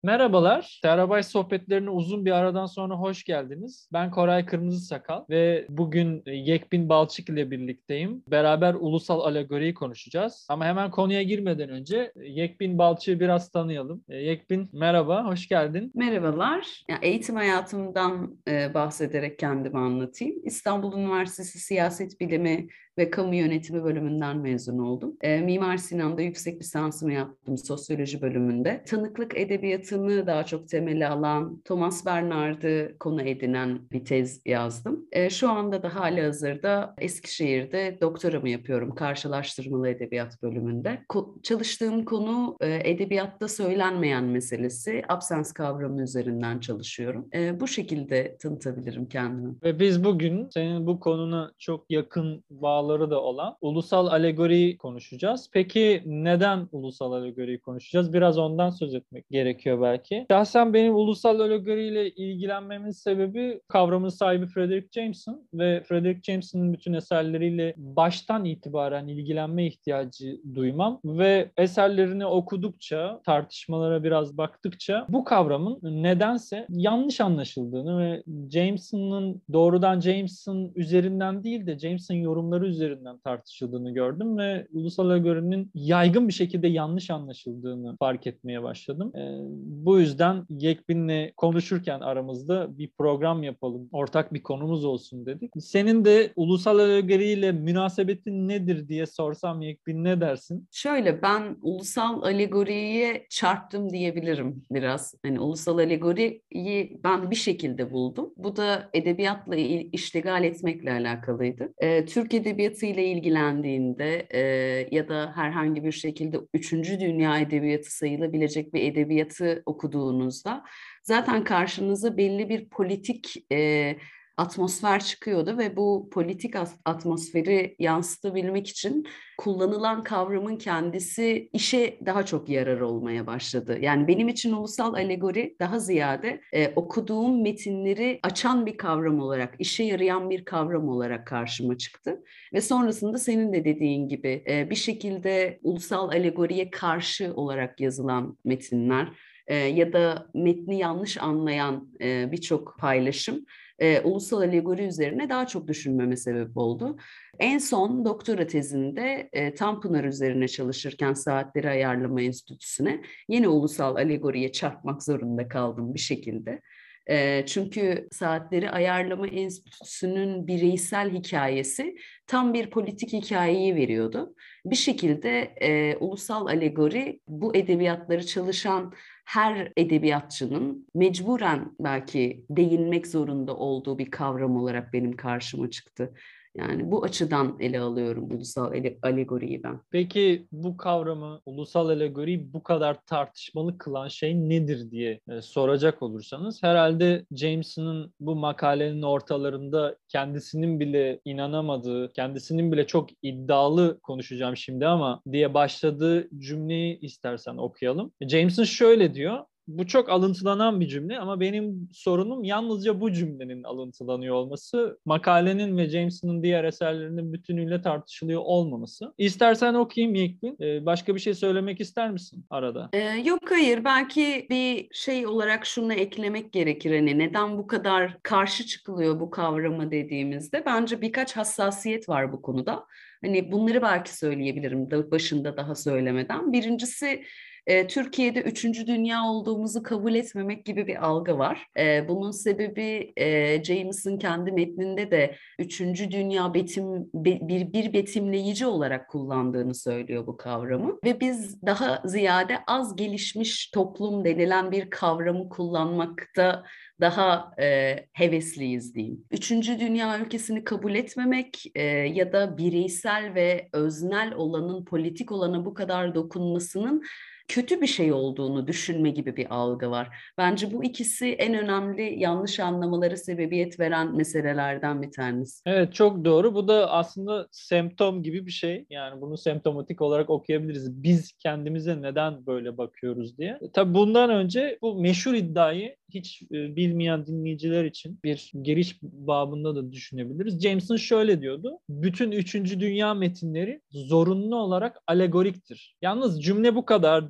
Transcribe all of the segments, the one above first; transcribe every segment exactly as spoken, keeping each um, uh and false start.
Merhabalar, Terabyte sohbetlerine uzun bir aradan sonra hoş geldiniz. Ben Koray Kırmızısakal ve bugün Yekpin Balçık ile birlikteyim. Beraber ulusal alegoriyi konuşacağız. Ama hemen konuya girmeden önce Yekpin Balçık'ı biraz tanıyalım. Yekpin, merhaba, hoş geldin. Merhabalar. Ya, eğitim hayatımdan e, bahsederek kendimi anlatayım. İstanbul Üniversitesi Siyaset Bilimi ve Kamu Yönetimi bölümünden mezun oldum. E, Mimar Sinan'da yüksek lisansımı yaptım sosyoloji bölümünde. Tanıklık edebiyatını daha çok temeli alan, Thomas Bernhard'ı konu edinen bir tez yazdım. E, şu anda da halihazırda Eskişehir'de doktoramı yapıyorum karşılaştırmalı edebiyat bölümünde. Ko- çalıştığım konu e, edebiyatta söylenmeyen meselesi, absens kavramı üzerinden çalışıyorum. E, bu şekilde tanıtabilirim kendimi. Ve biz bugün senin bu konuna çok yakın bağları da olan ulusal alegoriyi konuşacağız. Peki neden ulusal alegoriyi konuşacağız? Biraz ondan söz etmek gerekiyor belki. Şahsen benim ulusal alegoriyle ilgilenmemin sebebi kavramın sahibi Frederick Jameson ve Frederick Jameson'ın bütün eserleriyle baştan itibaren ilgilenme ihtiyacı duymam ve eserlerini okudukça, tartışmalara biraz baktıkça bu kavramın nedense yanlış anlaşıldığını ve Jameson'ın doğrudan Jameson üzerinden değil de Jameson yorumları üzerinden tartışıldığını gördüm ve ulusal alegorinin yaygın bir şekilde yanlış anlaşıldığını fark etmeye başladım. Ee, bu yüzden Yekbin'le konuşurken aramızda bir program yapalım, ortak bir konumuz olsun dedik. Senin de ulusal alegoriyle münasebetin nedir diye sorsam Yekbin, ne dersin? Şöyle, ben ulusal alegoriye çarptım diyebilirim biraz. Hani ulusal alegoriyi ben bir şekilde buldum. Bu da edebiyatla il- iştigal etmekle alakalıydı. Ee, Türk edebiyatı ile ilgilendiğinde e, ya da herhangi bir şekilde üçüncü dünya edebiyatı sayılabilecek bir edebiyatı okuduğunuzda zaten karşınıza belli bir politik e, atmosfer çıkıyordu ve bu politik as- atmosferi yansıtabilmek için kullanılan kavramın kendisi işe daha çok yarar olmaya başladı. Yani benim için ulusal alegori daha ziyade e, okuduğum metinleri açan bir kavram olarak, işe yarayan bir kavram olarak karşıma çıktı. Ve sonrasında senin de dediğin gibi e, bir şekilde ulusal alegoriye karşı olarak yazılan metinler e, ya da metni yanlış anlayan e, birçok paylaşım e, ulusal alegori üzerine daha çok düşünmeme sebep oldu. En son doktora tezinde e, Tanpınar üzerine çalışırken Saatleri Ayarlama Enstitüsü'ne yine ulusal alegoriye çarpmak zorunda kaldım bir şekilde. E, çünkü Saatleri Ayarlama Enstitüsü'nün bireysel hikayesi tam bir politik hikayeyi veriyordu. Bir şekilde e, ulusal alegori bu edebiyatları çalışan her edebiyatçının mecburen belki değinmek zorunda olduğu bir kavram olarak benim karşıma çıktı. Yani bu açıdan ele alıyorum ulusal ele- alegoriyi ben. Peki bu kavramı, ulusal alegoriyi bu kadar tartışmalı kılan şey nedir diye e, soracak olursanız, herhalde Jameson'ın bu makalenin ortalarında kendisinin bile inanamadığı, kendisinin bile çok iddialı konuşacağım şimdi ama diye başladığı cümleyi istersen okuyalım. Jameson şöyle diyor. Bu çok alıntılanan bir cümle ama benim sorunum yalnızca bu cümlenin alıntılanıyor olması, makalenin ve Jameson'ın diğer eserlerinin bütünüyle tartışılıyor olmaması. İstersen okuyayım Yekmin. Ee, başka bir şey söylemek ister misin arada? Ee, yok hayır, belki bir şey olarak şunu eklemek gerekir, hani neden bu kadar karşı çıkılıyor bu kavrama dediğimizde bence birkaç hassasiyet var bu konuda. Hani bunları belki söyleyebilirim da başında daha söylemeden. Birincisi, e, Türkiye'de üçüncü dünya olduğumuzu kabul etmemek gibi bir algı var. E, bunun sebebi e, James'in kendi metninde de üçüncü dünya betim bir bir betimleyici olarak kullandığını söylüyor bu kavramı ve biz daha ziyade az gelişmiş toplum denilen bir kavramı kullanmakta daha e, hevesliyiz diyeyim. Üçüncü dünya ülkesini kabul etmemek e, ya da bireysel ve öznel olanın politik olana bu kadar dokunmasının kötü bir şey olduğunu düşünme gibi bir algı var. Bence bu ikisi en önemli yanlış anlamaları sebebiyet veren meselelerden bir tanesi. Evet, çok doğru. Bu da aslında semptom gibi bir şey. Yani bunu semptomatik olarak okuyabiliriz. Biz kendimize neden böyle bakıyoruz diye. E, tabii bundan önce bu meşhur iddiayı hiç e, bilmeyen dinleyiciler için bir giriş babında da düşünebiliriz. Jameson şöyle diyordu. Bütün üçüncü dünya metinleri zorunlu olarak alegoriktir. Yalnız cümle bu kadar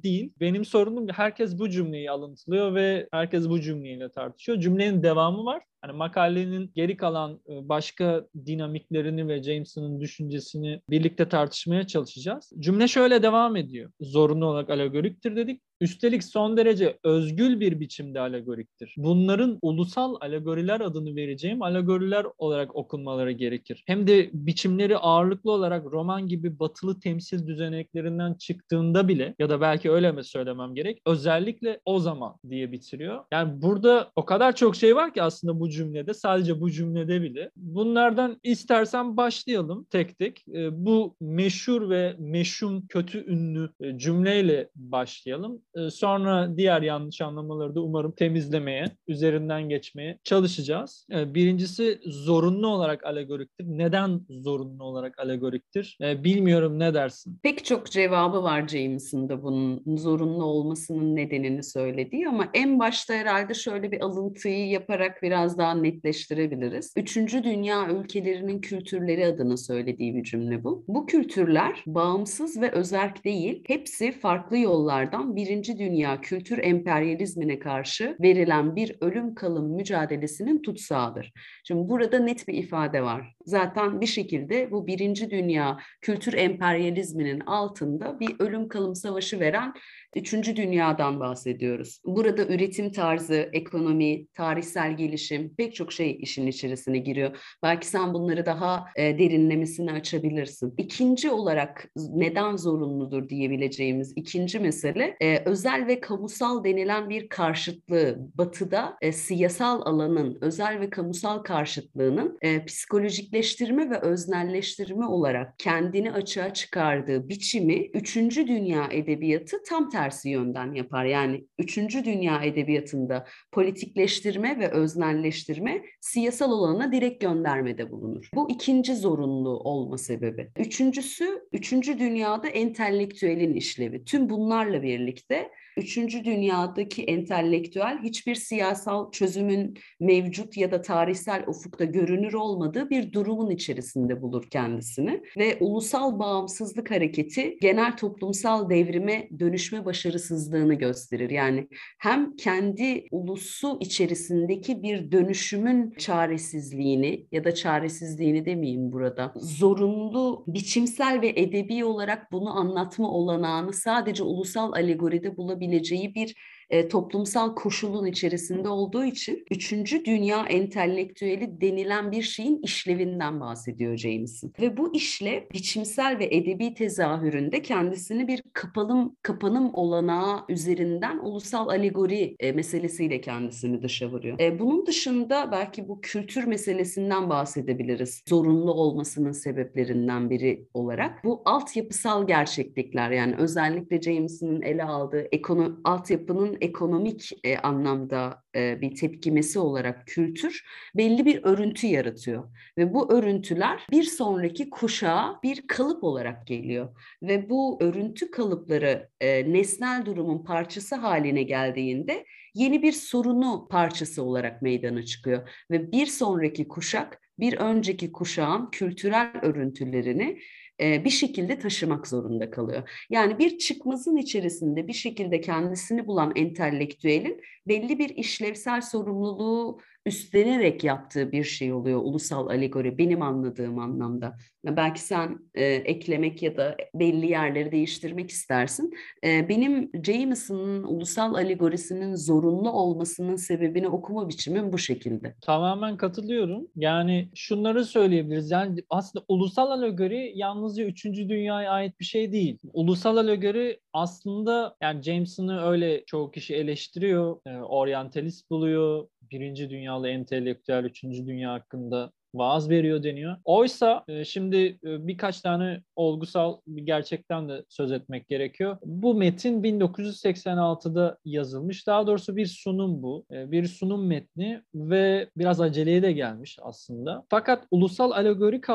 değil. Benim sorunum herkes bu cümleyi alıntılıyor ve herkes bu cümleyle tartışıyor. Cümlenin devamı var. Hani makalenin geri kalan başka dinamiklerini ve Jameson'ın düşüncesini birlikte tartışmaya çalışacağız. Cümle şöyle devam ediyor. Zorunlu olarak alegoriktir dedik. Üstelik son derece özgül bir biçimde alegoriktir. Bunların ulusal alegoriler adını vereceğim alegoriler olarak okunmaları gerekir. Hem de biçimleri ağırlıklı olarak roman gibi batılı temsil düzeneklerinden çıktığında bile, ya da belki öyle mi söylemem gerek, özellikle o zaman diye bitiriyor. Yani burada o kadar çok şey var ki aslında bu cümlede, sadece bu cümlede bile. Bunlardan istersen başlayalım tek tek. Bu meşhur ve meşhum kötü ünlü cümleyle başlayalım. Sonra diğer yanlış anlamaları da umarım temizlemeye, üzerinden geçmeye çalışacağız. Birincisi zorunlu olarak alegoriktir. Neden zorunlu olarak alegoriktir? Bilmiyorum, ne dersin? Pek çok cevabı var James'in de bunun zorunlu olmasının nedenini söylediği, ama en başta herhalde şöyle bir alıntıyı yaparak biraz daha netleştirebiliriz. Üçüncü dünya ülkelerinin kültürleri adına söylediği bir cümle bu. Bu kültürler bağımsız ve özerk değil, hepsi farklı yollardan birinci dünya kültür emperyalizmine karşı verilen bir ölüm kalım mücadelesinin tutsağıdır. Şimdi burada net bir ifade var. Zaten bir şekilde bu birinci dünya kültür emperyalizminin altında bir ölüm kalım savaşı veren üçüncü dünyadan bahsediyoruz. Burada üretim tarzı, ekonomi, tarihsel gelişim, pek çok şey işin içerisine giriyor. Belki sen bunları daha e, derinlemesine açabilirsin. İkinci olarak neden zorunludur diyebileceğimiz ikinci mesele, e, özel ve kamusal denilen bir karşıtlığı, Batı'da e, siyasal alanın özel ve kamusal karşıtlığının e, psikolojikleştirme ve öznelleştirme olarak kendini açığa çıkardığı biçimi üçüncü dünya edebiyatı tam tersi yönden yapar. Yani üçüncü dünya edebiyatında politikleştirme ve öznelleştirme siyasal alana direkt göndermede bulunur. Bu ikinci zorunlu olma sebebi. Üçüncüsü, üçüncü dünyada entelektüelin işlevi. Tüm bunlarla birlikte üçüncü dünyadaki entelektüel hiçbir siyasal çözümün mevcut ya da tarihsel ufukta görünür olmadığı bir durumun içerisinde bulur kendisini ve ulusal bağımsızlık hareketi genel toplumsal devrime dönüşme başarısızlığını gösterir. Yani hem kendi ulusu içerisindeki bir dönüşümün çaresizliğini ya da çaresizliğini demeyeyim burada, zorunlu biçimsel ve edebi olarak bunu anlatma olanağını sadece ulusal alegoride bulabileceği bir e, toplumsal koşulun içerisinde olduğu için üçüncü dünya entelektüeli denilen bir şeyin işlevinden bahsediyor James'in. Ve bu işlev biçimsel ve edebi tezahüründe kendisini bir kapalım, kapanım olanağı üzerinden ulusal alegori e, meselesiyle kendisini dışa vuruyor. E, bunun dışında belki bu kültür meselesinden bahsedebiliriz. Zorunlu olmasının sebeplerinden biri olarak. Bu altyapısal gerçeklikler, yani özellikle James'in ele aldığı ekono, altyapının ekonomik e, anlamda e, bir tepkimesi olarak kültür belli bir örüntü yaratıyor. Ve bu örüntüler bir sonraki kuşağa bir kalıp olarak geliyor. Ve bu örüntü kalıpları e, nesnel durumun parçası haline geldiğinde yeni bir sorunu parçası olarak meydana çıkıyor. Ve bir sonraki kuşak bir önceki kuşağın kültürel örüntülerini bir şekilde taşımak zorunda kalıyor. Yani bir çıkmazın içerisinde bir şekilde kendisini bulan entelektüelin belli bir işlevsel sorumluluğu üstlenerek yaptığı bir şey oluyor ulusal alegori, benim anladığım anlamda. Belki sen e, eklemek ya da belli yerleri değiştirmek istersin. E, benim Jameson'ın ulusal alegorisinin zorunlu olmasının sebebini okuma biçimim bu şekilde. Tamamen katılıyorum. Yani şunları söyleyebiliriz. Yani aslında ulusal alegori yalnızca üçüncü dünyaya ait bir şey değil. Ulusal alegori aslında, yani Jameson'ı öyle çoğu kişi eleştiriyor, e, oryantalist buluyor, birinci dünyalı entelektüel üçüncü dünya hakkında vaaz veriyor deniyor. Oysa e, şimdi e, birkaç tane olgusal bir gerçekten de söz etmek gerekiyor. Bu metin bin dokuz yüz seksen altıda yazılmış. Daha doğrusu bir sunum bu. E, bir sunum metni ve biraz aceleye de gelmiş aslında. Fakat ulusal alegori kavramı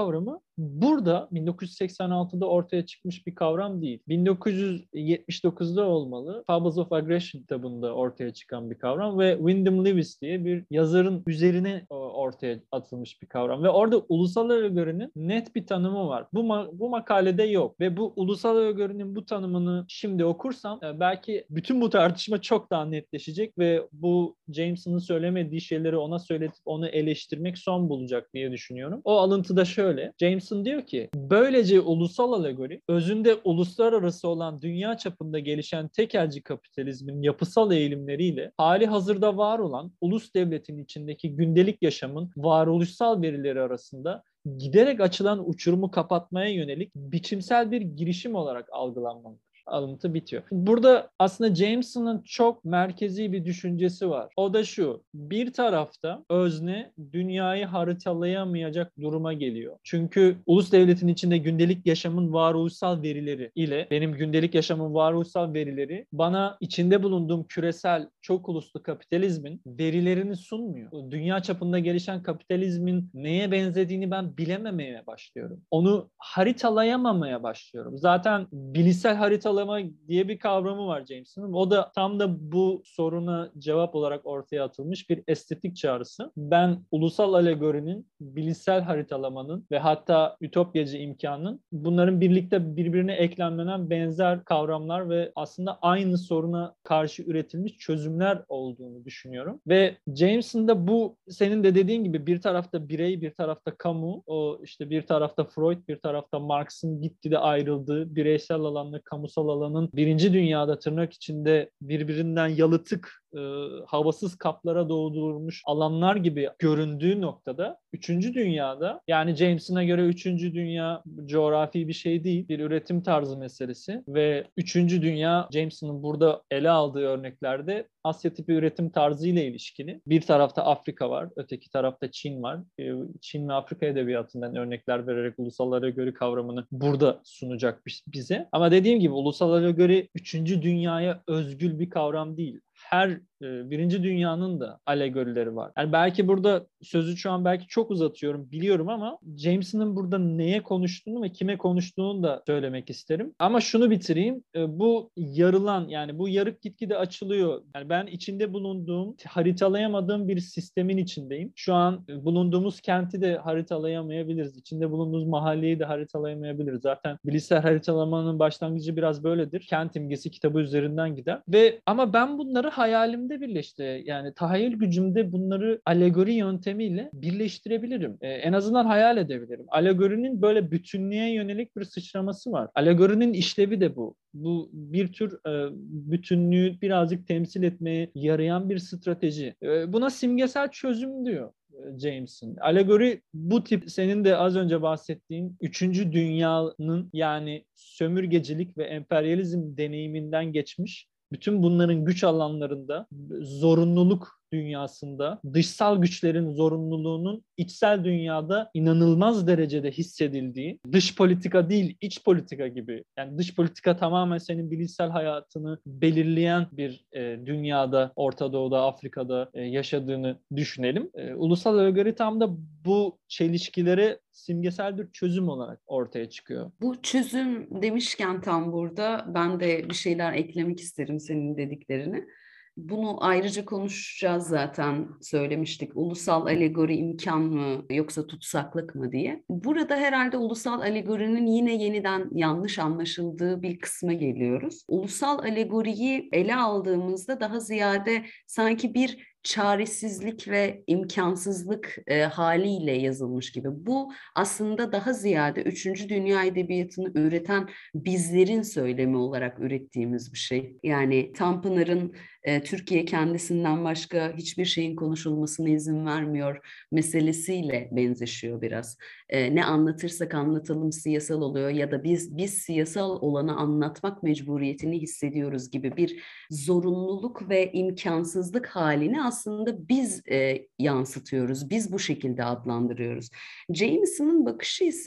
burada bin dokuz yüz seksen altıda ortaya çıkmış bir kavram değil. bin dokuz yüz yetmiş dokuzda olmalı. Fables of Aggression kitabında ortaya çıkan bir kavram ve Wyndham Lewis diye bir yazarın üzerine ortaya atılmış bir kavram ve orada ulusal alegorinin net bir tanımı var. Bu ma- bu makalede yok ve bu ulusal alegorinin bu tanımını şimdi okursam belki bütün bu tartışma çok daha netleşecek ve bu Jameson'ın söylemediği şeyleri ona söyletip onu eleştirmek son bulacak diye düşünüyorum. O alıntıda şöyle. Jameson diyor ki, böylece ulusal alegori özünde uluslararası olan dünya çapında gelişen tekelci kapitalizmin yapısal eğilimleriyle hali hazırda var olan ulus devletin içindeki gündelik yaşamın varoluşsal verileri arasında giderek açılan uçurumu kapatmaya yönelik biçimsel bir girişim olarak algılanmalıdır. Alıntı bitiyor. Burada aslında Jameson'ın çok merkezi bir düşüncesi var. O da şu: bir tarafta özne dünyayı haritalayamayacak duruma geliyor. Çünkü ulus devletin içinde gündelik yaşamın varoluşsal verileri ile benim gündelik yaşamın varoluşsal verileri bana içinde bulunduğum küresel çok uluslu kapitalizmin verilerini sunmuyor. Dünya çapında gelişen kapitalizmin neye benzediğini ben bilememeye başlıyorum. Onu haritalayamamaya başlıyorum. Zaten bilişsel haritalama diye bir kavramı var Jameson'ın. O da tam da bu soruna cevap olarak ortaya atılmış bir estetik çağrısı. Ben ulusal alegorinin, bilişsel haritalamanın ve hatta ütopyacı imkanın bunların birlikte birbirine eklemlenen benzer kavramlar ve aslında aynı soruna karşı üretilmiş çözümler olduğunu düşünüyorum. Ve Jameson'da bu senin de dediğin gibi bir tarafta birey, bir tarafta kamu, o işte bir tarafta Freud, bir tarafta Marx'ın gitgide ayrıldığı bireysel alanla kamusal alanın birinci dünyada tırnak içinde birbirinden yalıtık, e, havasız kaplara doğdurmuş alanlar gibi göründüğü noktada üçüncü dünyada, yani Jameson'a göre üçüncü dünya coğrafi bir şey değil, bir üretim tarzı meselesi ve üçüncü dünya Jameson'ın burada ele aldığı örneklerde Asya tipi üretim tarzı ile ilişkili. Bir tarafta Afrika var, öteki tarafta Çin var. Çin ve Afrika edebiyatından örnekler vererek ulusal alegori kavramını burada sunacak bize. Ama dediğim gibi ulusal alegori üçüncü dünyaya özgül bir kavram değil. Her e, birinci dünyanın da alegorileri var. Yani belki burada sözü şu an belki çok uzatıyorum biliyorum ama Jameson'ın burada neye konuştuğunu ve kime konuştuğunu da söylemek isterim. Ama şunu bitireyim. E, bu yarılan, yani bu yarık gitgide açılıyor. Yani ben içinde bulunduğum, haritalayamadığım bir sistemin içindeyim. Şu an bulunduğumuz kenti de haritalayamayabiliriz. İçinde bulunduğumuz mahalleyi de haritalayamayabiliriz. Zaten bilişsel haritalamanın başlangıcı biraz böyledir. Kent imgesi kitabı üzerinden gider. Ve ama ben bunları hayalimde birleşti. Yani tahayyül gücümde bunları alegori yöntemiyle birleştirebilirim. Ee, en azından hayal edebilirim. Alegorinin böyle bütünlüğe yönelik bir sıçraması var. Alegorinin işlevi de bu. Bu bir tür e, bütünlüğü birazcık temsil etmeye yarayan bir strateji. E, buna simgesel çözüm diyor Jameson. Alegori bu tip, senin de az önce bahsettiğin üçüncü dünyanın, yani sömürgecilik ve emperyalizm deneyiminden geçmiş, bütün bunların güç alanlarında, zorunluluk dünyasında, dışsal güçlerin zorunluluğunun içsel dünyada inanılmaz derecede hissedildiği, dış politika değil, iç politika gibi. Yani dış politika tamamen senin bilişsel hayatını belirleyen bir e, dünyada, Orta Doğu'da, Afrika'da e, yaşadığını düşünelim. E, ulusal alegori tam da bu çelişkilere simgesel bir çözüm olarak ortaya çıkıyor. Bu çözüm demişken tam burada ben de bir şeyler eklemek isterim senin dediklerini. Bunu ayrıca konuşacağız zaten, söylemiştik. Ulusal alegori imkan mı yoksa tutsaklık mı diye. Burada herhalde ulusal alegorinin yine yeniden yanlış anlaşıldığı bir kısma geliyoruz. Ulusal alegoriyi ele aldığımızda daha ziyade sanki bir çaresizlik ve imkansızlık e, haliyle yazılmış gibi. Bu aslında daha ziyade üçüncü dünya edebiyatını üreten bizlerin söylemi olarak ürettiğimiz bir şey. Yani Tanpınar'ın e, Türkiye kendisinden başka hiçbir şeyin konuşulmasına izin vermiyor meselesiyle benzeşiyor biraz. E, ne anlatırsak anlatalım siyasal oluyor ya da biz biz siyasal olanı anlatmak mecburiyetini hissediyoruz gibi bir zorunluluk ve imkansızlık halini aslında biz e, yansıtıyoruz. Biz bu şekilde adlandırıyoruz. Jameson'ın bakışı ise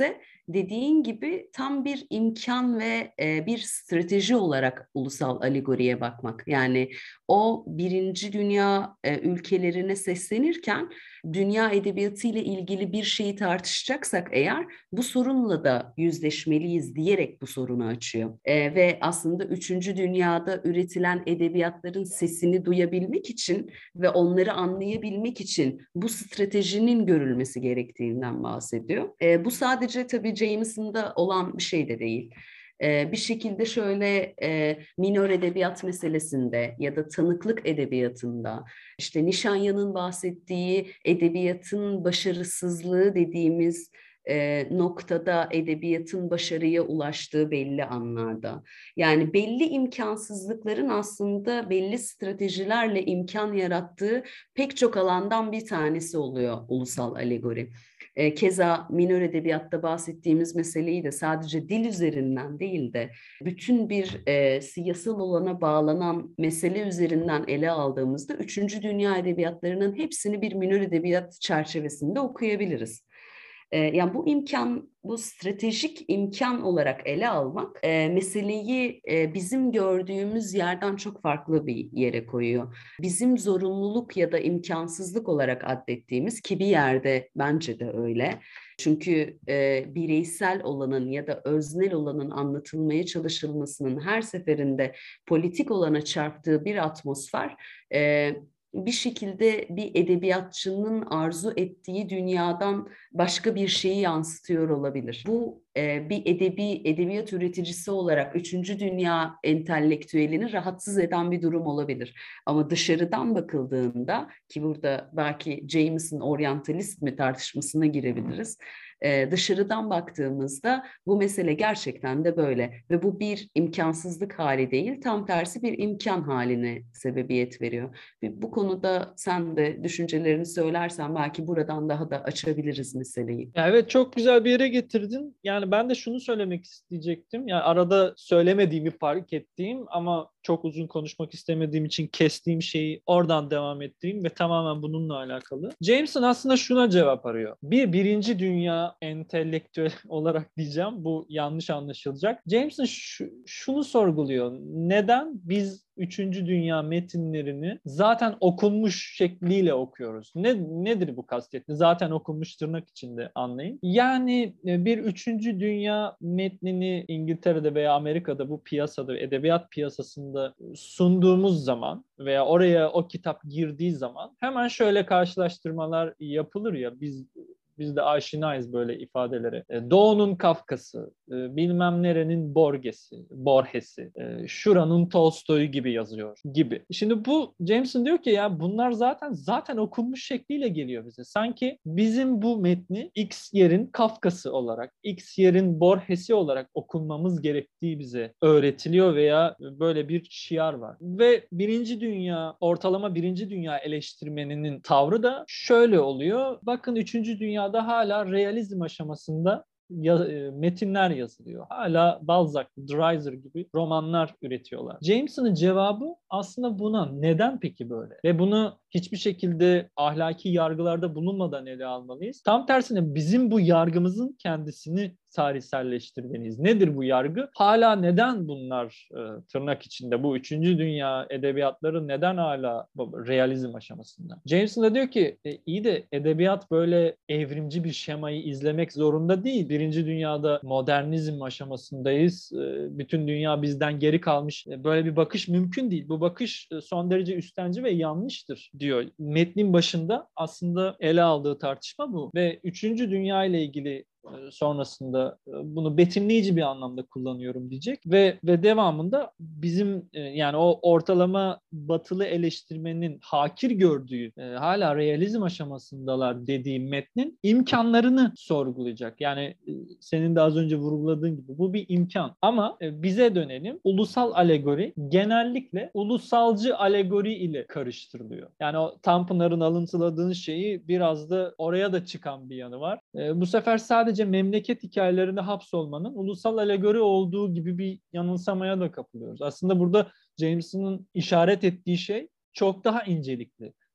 dediğin gibi tam bir imkan ve e, bir strateji olarak ulusal alegoriye bakmak. Yani o birinci dünya e, ülkelerine seslenirken dünya edebiyatı ile ilgili bir şeyi tartışacaksak eğer bu sorunla da yüzleşmeliyiz diyerek bu sorunu açıyor. E, ve aslında üçüncü dünyada üretilen edebiyatların sesini duyabilmek için ve onları anlayabilmek için bu stratejinin görülmesi gerektiğinden bahsediyor. E, bu sadece tabii Jameson'da olan bir şey de değil. E, bir şekilde şöyle e, minor edebiyat meselesinde ya da tanıklık edebiyatında, işte Nişanyan'ın bahsettiği edebiyatın başarısızlığı dediğimiz e, noktada edebiyatın başarıya ulaştığı belli anlarda. Yani belli imkansızlıkların aslında belli stratejilerle imkan yarattığı pek çok alandan bir tanesi oluyor ulusal alegori. E, keza minör edebiyatta bahsettiğimiz meseleyi de sadece dil üzerinden değil de bütün bir e, siyasal olana bağlanan mesele üzerinden ele aldığımızda üçüncü dünya edebiyatlarının hepsini bir minör edebiyat çerçevesinde okuyabiliriz. E, yani bu imkan, bu stratejik imkan olarak ele almak e, meseleyi e, bizim gördüğümüz yerden çok farklı bir yere koyuyor. Bizim zorunluluk ya da imkansızlık olarak adettiğimiz, ki bir yerde bence de öyle. Çünkü e, bireysel olanın ya da öznel olanın anlatılmaya çalışılmasının her seferinde politik olana çarptığı bir atmosfer, e, bir şekilde bir edebiyatçının arzu ettiği dünyadan başka bir şeyi yansıtıyor olabilir. Bu e, bir edebi edebiyat üreticisi olarak üçüncü dünya entelektüelini rahatsız eden bir durum olabilir. Ama dışarıdan bakıldığında, ki burada belki Jameson oryantalist mi tartışmasına girebiliriz. Ee, dışarıdan baktığımızda bu mesele gerçekten de böyle ve bu bir imkansızlık hali değil, tam tersi bir imkan haline sebebiyet veriyor. Bu konuda sen de düşüncelerini söylersen belki buradan daha da açabiliriz meseleyi. Ya evet, çok güzel bir yere getirdin. Yani ben de şunu söylemek isteyecektim. Yani arada söylemediğimi fark ettiğim ama çok uzun konuşmak istemediğim için kestiğim şeyi oradan devam ettireyim ve tamamen bununla alakalı. Jameson aslında şuna cevap arıyor. Bir birinci dünya entelektüel olarak diyeceğim. Bu yanlış anlaşılacak. Jameson şu, şunu sorguluyor. Neden biz üçüncü dünya metinlerini zaten okunmuş şekliyle okuyoruz? Ne, nedir bu kastettiği? Zaten okunmuş tırnak içinde anlayın. Yani bir üçüncü dünya metnini İngiltere'de veya Amerika'da bu piyasada, edebiyat piyasasında sunduğumuz zaman veya oraya o kitap girdiği zaman hemen şöyle karşılaştırmalar yapılır ya, biz biz de aşinayız böyle ifadelere. Doğu'nun Kafkası, bilmem nerenin Borges'i, Borges'i, şuranın Tolstoy'u gibi yazıyor gibi. Şimdi bu Jameson diyor ki ya bunlar zaten zaten okunmuş şekliyle geliyor bize. Sanki bizim bu metni X yerin Kafkası olarak, X yerin Borges'i olarak okunmamız gerektiği bize öğretiliyor veya böyle bir şiar var. Ve birinci dünya, ortalama birinci dünya eleştirmeninin tavrı da şöyle oluyor. Bakın üçüncü dünya da hala realizm aşamasında ya, e, metinler yazılıyor. Hala Balzac, Dreiser gibi romanlar üretiyorlar. Jameson'ın cevabı aslında buna. Neden peki böyle? Ve bunu hiçbir şekilde ahlaki yargılarda bulunmadan ele almalıyız. Tam tersine bizim bu yargımızın kendisini tarihselleştirmeliyiz. Nedir bu yargı? Hala neden bunlar e, tırnak içinde bu üçüncü dünya edebiyatları neden hala realizm aşamasında? Jameson da diyor ki e, iyi de edebiyat böyle evrimci bir şemayı izlemek zorunda değil. Birinci dünyada modernizm aşamasındayız. E, bütün dünya bizden geri kalmış. E, böyle bir bakış mümkün değil. Bu bakış e, son derece üstenci ve yanlıştır diyor. Metnin başında aslında ele aldığı tartışma bu. Ve üçüncü dünya ile ilgili sonrasında bunu betimleyici bir anlamda kullanıyorum diyecek ve ve devamında bizim yani o ortalama batılı eleştirmenin hakir gördüğü hala realizm aşamasındalar dediği metnin imkanlarını sorgulayacak. Yani senin de az önce vurguladığın gibi bu bir imkan ama bize dönelim. Ulusal alegori genellikle ulusalcı alegori ile karıştırılıyor. Yani o Tanpınar'ın alıntıladığın şeyi biraz da oraya da çıkan bir yanı var. Bu sefer sadece Sadece memleket hikayelerine hapsolmanın ulusal alegori olduğu gibi bir yanılsamaya da kapılıyoruz. Aslında burada Jameson'ın işaret ettiği şey çok daha incelikli.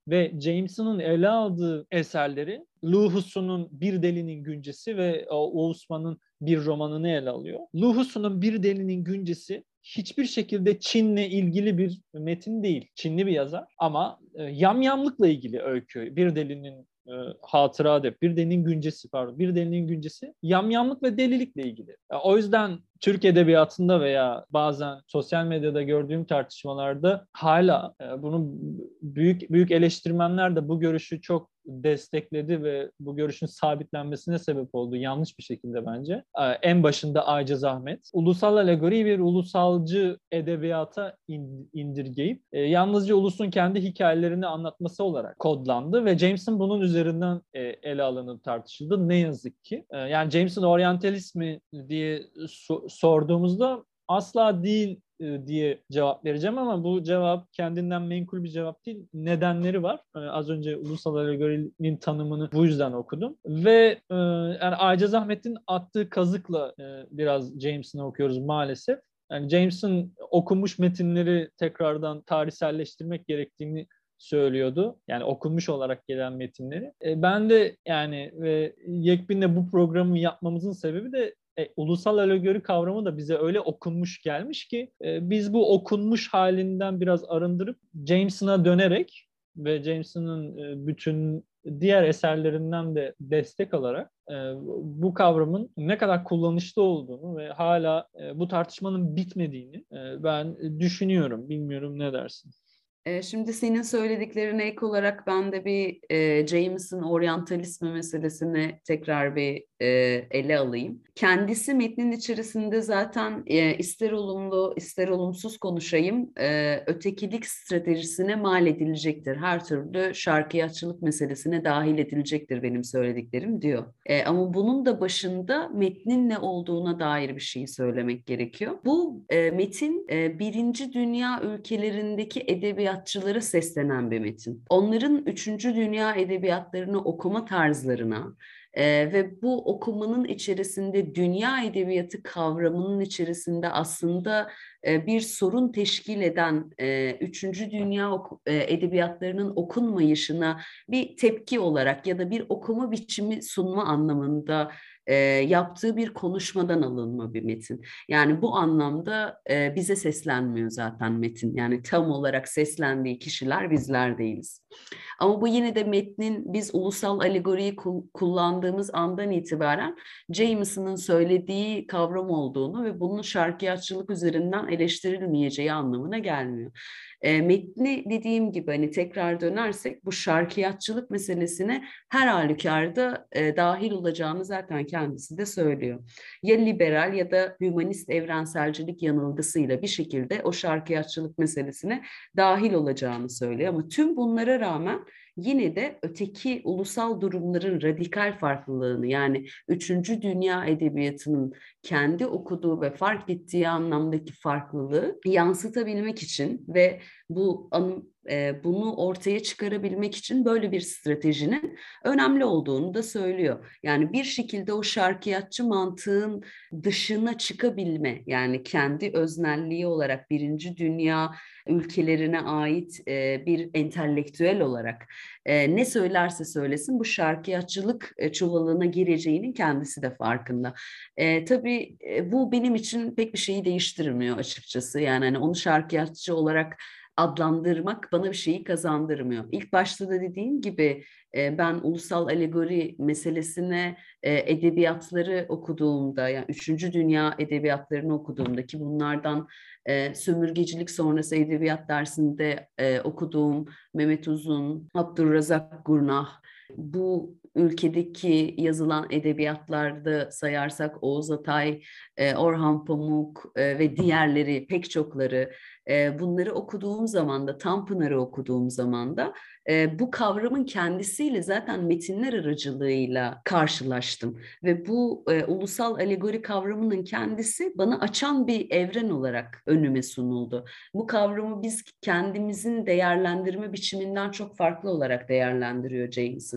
Ve Jameson'ın ele aldığı eserleri Luhusu'nun Bir Delinin Güncesi ve Oğuzman'ın bir romanını ele alıyor. Luhusu'nun Bir Delinin Güncesi hiçbir şekilde Çin'le ilgili bir metin değil. Çinli bir yazar ama e, yamyamlıkla ilgili öykü. Bir Delinin e, hatıra de, Bir Delinin Güncesi pardon. Bir Delinin Güncesi yamyamlık ve delilikle ilgili. E, o yüzden Türk edebiyatında veya bazen sosyal medyada gördüğüm tartışmalarda hala e, bunu büyük büyük eleştirmenler de bu görüşü çok destekledi ve bu görüşün sabitlenmesine sebep oldu. Yanlış bir şekilde bence. Ee, en başında Aciz Ahmet. Ulusal alegoriyi bir ulusalcı edebiyata indirgeyip e, yalnızca ulusun kendi hikayelerini anlatması olarak kodlandı ve Jameson bunun üzerinden e, ele alınıp tartışıldı. Ne yazık ki. E, yani Jameson oryantalizmi diye so- sorduğumuzda asla değil diye cevap vereceğim ama bu cevap kendinden menkul bir cevap değil. Nedenleri var. Ee, az önce ulusal alegorinin tanımını bu yüzden okudum. Ve e, yani Aciz Ahmet'in attığı kazıkla e, biraz Jameson'ı okuyoruz maalesef. Yani Jameson okumuş metinleri tekrardan tarihselleştirmek gerektiğini söylüyordu. Yani okunmuş olarak gelen metinleri. E, ben de yani ve Yekbin'le bu programı yapmamızın sebebi de E, ulusal alegori kavramı da bize öyle okunmuş gelmiş ki e, biz bu okunmuş halinden biraz arındırıp Jameson'a dönerek ve Jameson'ın e, bütün diğer eserlerinden de destek alarak e, bu kavramın ne kadar kullanışlı olduğunu ve hala e, bu tartışmanın bitmediğini e, ben düşünüyorum. Bilmiyorum, ne dersin? Şimdi senin söylediklerine ek olarak ben de bir e, James'in oryantalizmi meselesini tekrar bir e, ele alayım. Kendisi metnin içerisinde zaten e, ister olumlu ister olumsuz konuşayım, e, ötekilik stratejisine mal edilecektir. Her türlü şarkiyatçılık meselesine dahil edilecektir benim söylediklerim diyor. E, ama bunun da başında metnin ne olduğuna dair bir şey söylemek gerekiyor. Bu e, metin e, birinci dünya ülkelerindeki edebiyat edebiyatçılara seslenen bir metin. Onların üçüncü dünya edebiyatlarını okuma tarzlarına e, ve bu okumanın içerisinde dünya edebiyatı kavramının içerisinde aslında e, bir sorun teşkil eden e, üçüncü dünya oku, e, edebiyatlarının okunmayışına bir tepki olarak ya da bir okuma biçimi sunma anlamında e, yaptığı bir konuşmadan alınma bir metin. Yani bu anlamda e, bize seslenmiyor zaten metin. Yani tam olarak seslendiği kişiler bizler değiliz. Ama bu yine de metnin biz ulusal alegoriyi kullandığımız andan itibaren Jameson'ın söylediği kavram olduğunu ve bunun şarkiyatçılık üzerinden eleştirilmeyeceği anlamına gelmiyor. E, metni dediğim gibi hani tekrar dönersek bu şarkiyatçılık meselesine her halükarda e, dahil olacağını zaten kendisi de söylüyor. Ya liberal ya da hümanist evrenselcilik yanılgısıyla bir şekilde o şarkiyatçılık meselesine dahil olacağını söylüyor. Ama tüm bunlara rağmen yine de öteki ulusal durumların radikal farklılığını, yani üçüncü dünya edebiyatının kendi okuduğu ve fark ettiği anlamdaki farklılığı yansıtabilmek için ve bu anım e, bunu ortaya çıkarabilmek için böyle bir stratejinin önemli olduğunu da söylüyor. Yani bir şekilde o şarkiyatçı mantığın dışına çıkabilme, yani kendi öznelliği olarak birinci dünya ülkelerine ait e, bir entelektüel olarak e, ne söylerse söylesin bu şarkiyatçılık e, çuvalına gireceğinin kendisi de farkında. E, tabii e, bu benim için pek bir şeyi değiştirmiyor açıkçası. Yani hani onu şarkiyatçı olarak adlandırmak bana bir şeyi kazandırmıyor. İlk başta da dediğim gibi e, ben ulusal alegori meselesine e, edebiyatları okuduğumda, yani üçüncü dünya edebiyatlarını okuduğumda ki bunlardan e, sömürgecilik sonrası edebiyat dersinde e, okuduğum Mehmet Uzun, Abdurrazak Gurnah, bu ülkedeki yazılan edebiyatlarda sayarsak Oğuz Atay, e, Orhan Pamuk e, ve diğerleri pek çokları e, bunları okuduğum zaman da Tanpınar'ı okuduğum zaman da e, bu kavramın kendisiyle zaten metinler aracılığıyla karşılaştım ve bu e, ulusal alegori kavramının kendisi bana açan bir evren olarak önüme sunuldu. Bu kavramı biz kendimizin değerlendirme biçiminden çok farklı olarak değerlendiriyor Jameson.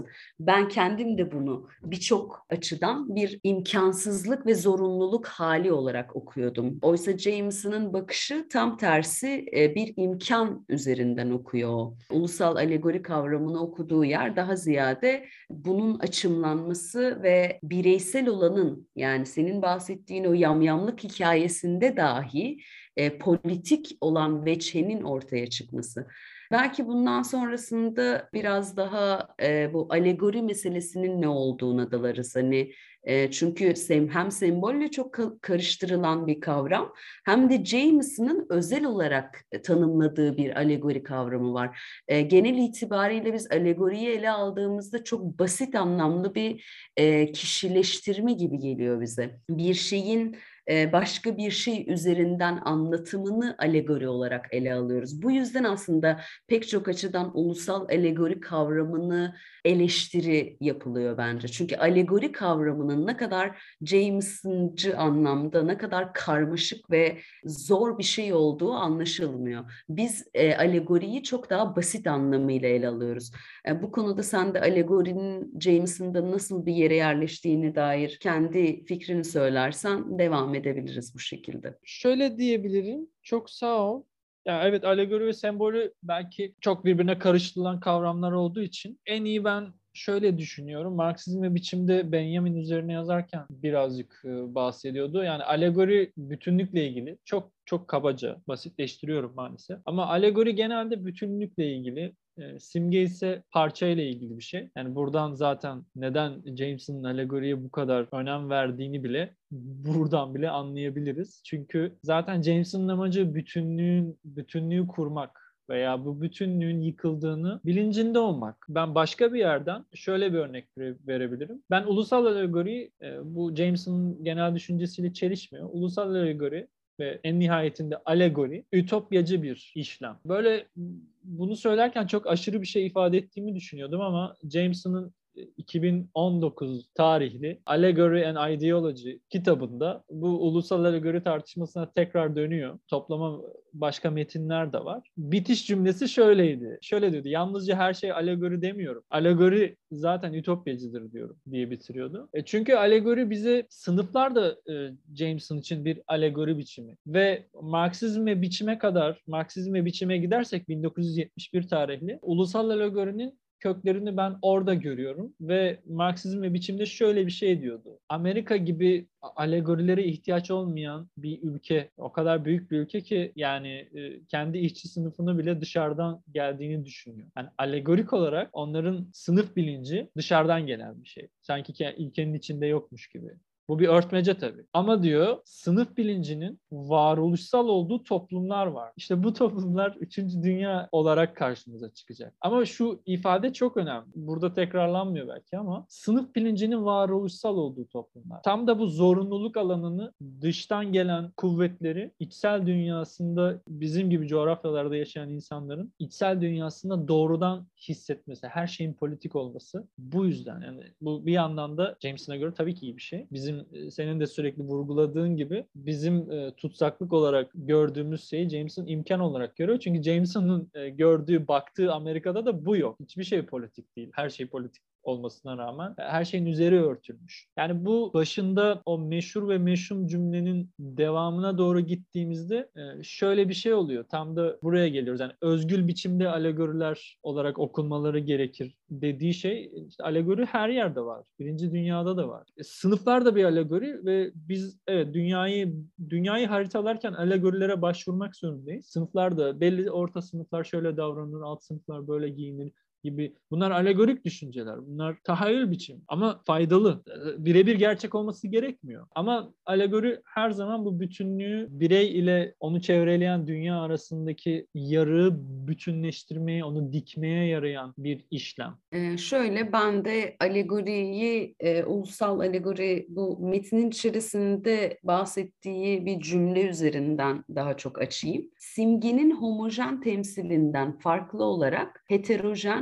yapabilirsin. Ben kendim de bunu birçok açıdan bir imkansızlık ve zorunluluk hali olarak okuyordum. Oysa Jameson'ın bakışı tam tersi, bir imkan üzerinden okuyor. Ulusal alegori kavramını okuduğu yer daha ziyade bunun açımlanması ve bireysel olanın, yani senin bahsettiğin o yamyamlık hikayesinde dahi e, politik olan veçenin ortaya çıkması. Belki bundan sonrasında biraz daha e, bu alegori meselesinin ne olduğuna dalarız. Hani e, çünkü sem, hem sembolle çok ka- karıştırılan bir kavram, hem de Jameson'ın özel olarak tanımladığı bir alegori kavramı var. E, genel itibariyle biz alegoriyi ele aldığımızda çok basit anlamlı bir e, kişileştirme gibi geliyor bize. Bir şeyin başka bir şey üzerinden anlatımını alegori olarak ele alıyoruz. Bu yüzden aslında pek çok açıdan ulusal alegori kavramını eleştiri yapılıyor bence. Çünkü alegori kavramının ne kadar Jameson'cı anlamda, ne kadar karmaşık ve zor bir şey olduğu anlaşılmıyor. Biz e, alegoriyi çok daha basit anlamıyla ele alıyoruz. E, bu konuda sen de alegorinin Jameson'da nasıl bir yere yerleştiğine dair kendi fikrini söylersen devam edebiliriz bu şekilde. Şöyle diyebilirim. Çok sağ ol. Ya evet, alegori ve sembolü belki çok birbirine karıştırılan kavramlar olduğu için en iyi ben şöyle düşünüyorum. Marksizm ve biçimde Benjamin üzerine yazarken birazcık e, bahsediyordu. Yani alegori bütünlükle ilgili. Çok çok kabaca basitleştiriyorum maalesef. Ama alegori genelde bütünlükle ilgili. E, simge ise parçayla ilgili bir şey. Yani buradan zaten neden Jameson'ın alegoriye bu kadar önem verdiğini bile buradan bile anlayabiliriz. Çünkü zaten Jameson'ın amacı bütünlüğün bütünlüğü kurmak veya bu bütünlüğün yıkıldığını bilincinde olmak. Ben başka bir yerden şöyle bir örnek verebilirim. Ben ulusal alegori, bu Jameson'ın genel düşüncesiyle çelişmiyor. Ulusal alegori ve en nihayetinde alegori ütopyacı bir işlem. Böyle bunu söylerken çok aşırı bir şey ifade ettiğimi düşünüyordum ama Jameson'ın iki bin on dokuz tarihli Allegory and Ideology kitabında bu ulusal alegori tartışmasına tekrar dönüyor. Toplama başka metinler de var. Bitiş cümlesi şöyleydi. Şöyle diyordu: yalnızca her şey alegori demiyorum. Alegori zaten ütopyacıdır diyorum diye bitiriyordu. E çünkü alegori bize, sınıflar da e, Jameson için bir alegori biçimi. Ve Marksizme biçime kadar, Marksizme biçime gidersek bin dokuz yüz yetmiş bir tarihli ulusal alegorinin köklerini ben orada görüyorum ve Marksizm ve biçimde şöyle bir şey diyordu. Amerika gibi alegorilere ihtiyaç olmayan bir ülke, o kadar büyük bir ülke ki yani e, kendi işçi sınıfını bile dışarıdan geldiğini düşünüyor. Yani alegorik olarak onların sınıf bilinci dışarıdan gelen bir şey. Sanki ülkenin içinde yokmuş gibi. Bu bir örtmece tabii. Ama diyor, sınıf bilincinin varoluşsal olduğu toplumlar var. İşte bu toplumlar üçüncü dünya olarak karşımıza çıkacak. Ama şu ifade çok önemli. Burada tekrarlanmıyor belki ama sınıf bilincinin varoluşsal olduğu toplumlar. Tam da bu zorunluluk alanını dıştan gelen kuvvetleri içsel dünyasında, bizim gibi coğrafyalarda yaşayan insanların içsel dünyasında doğrudan hissetmesi, her şeyin politik olması bu yüzden. Yani bu bir yandan da Jameson'a göre tabii ki iyi bir şey. Bizim senin de sürekli vurguladığın gibi bizim e, tutsaklık olarak gördüğümüz şeyi Jameson imkan olarak görüyor. Çünkü Jameson'ın e, gördüğü, baktığı Amerika'da da bu yok. Hiçbir şey politik değil. Her şey politik olmasına rağmen her şeyin üzeri örtülmüş. Yani bu başında o meşhur ve meşhum cümlenin devamına doğru gittiğimizde şöyle bir şey oluyor. Tam da buraya geliyoruz. Yani özgül biçimde alegoriler olarak okunmaları gerekir dediği şey, işte alegori her yerde var. Birinci dünyada da var. E, sınıflar da bir alegori ve biz evet dünyayı dünyayı haritalarken alegorilere başvurmak zorundayız. Sınıflar da belli, orta sınıflar şöyle davranır, alt sınıflar böyle giyinir gibi. Bunlar alegorik düşünceler. Bunlar tahayyül biçim ama faydalı. Birebir gerçek olması gerekmiyor. Ama alegori her zaman bu bütünlüğü, birey ile onu çevreleyen dünya arasındaki yarığı bütünleştirmeye, onu dikmeye yarayan bir işlem. Ee, şöyle, ben de alegoriyi, e, ulusal alegori, bu metnin içerisinde bahsettiği bir cümle üzerinden daha çok açayım. Simgenin homojen temsilinden farklı olarak heterojen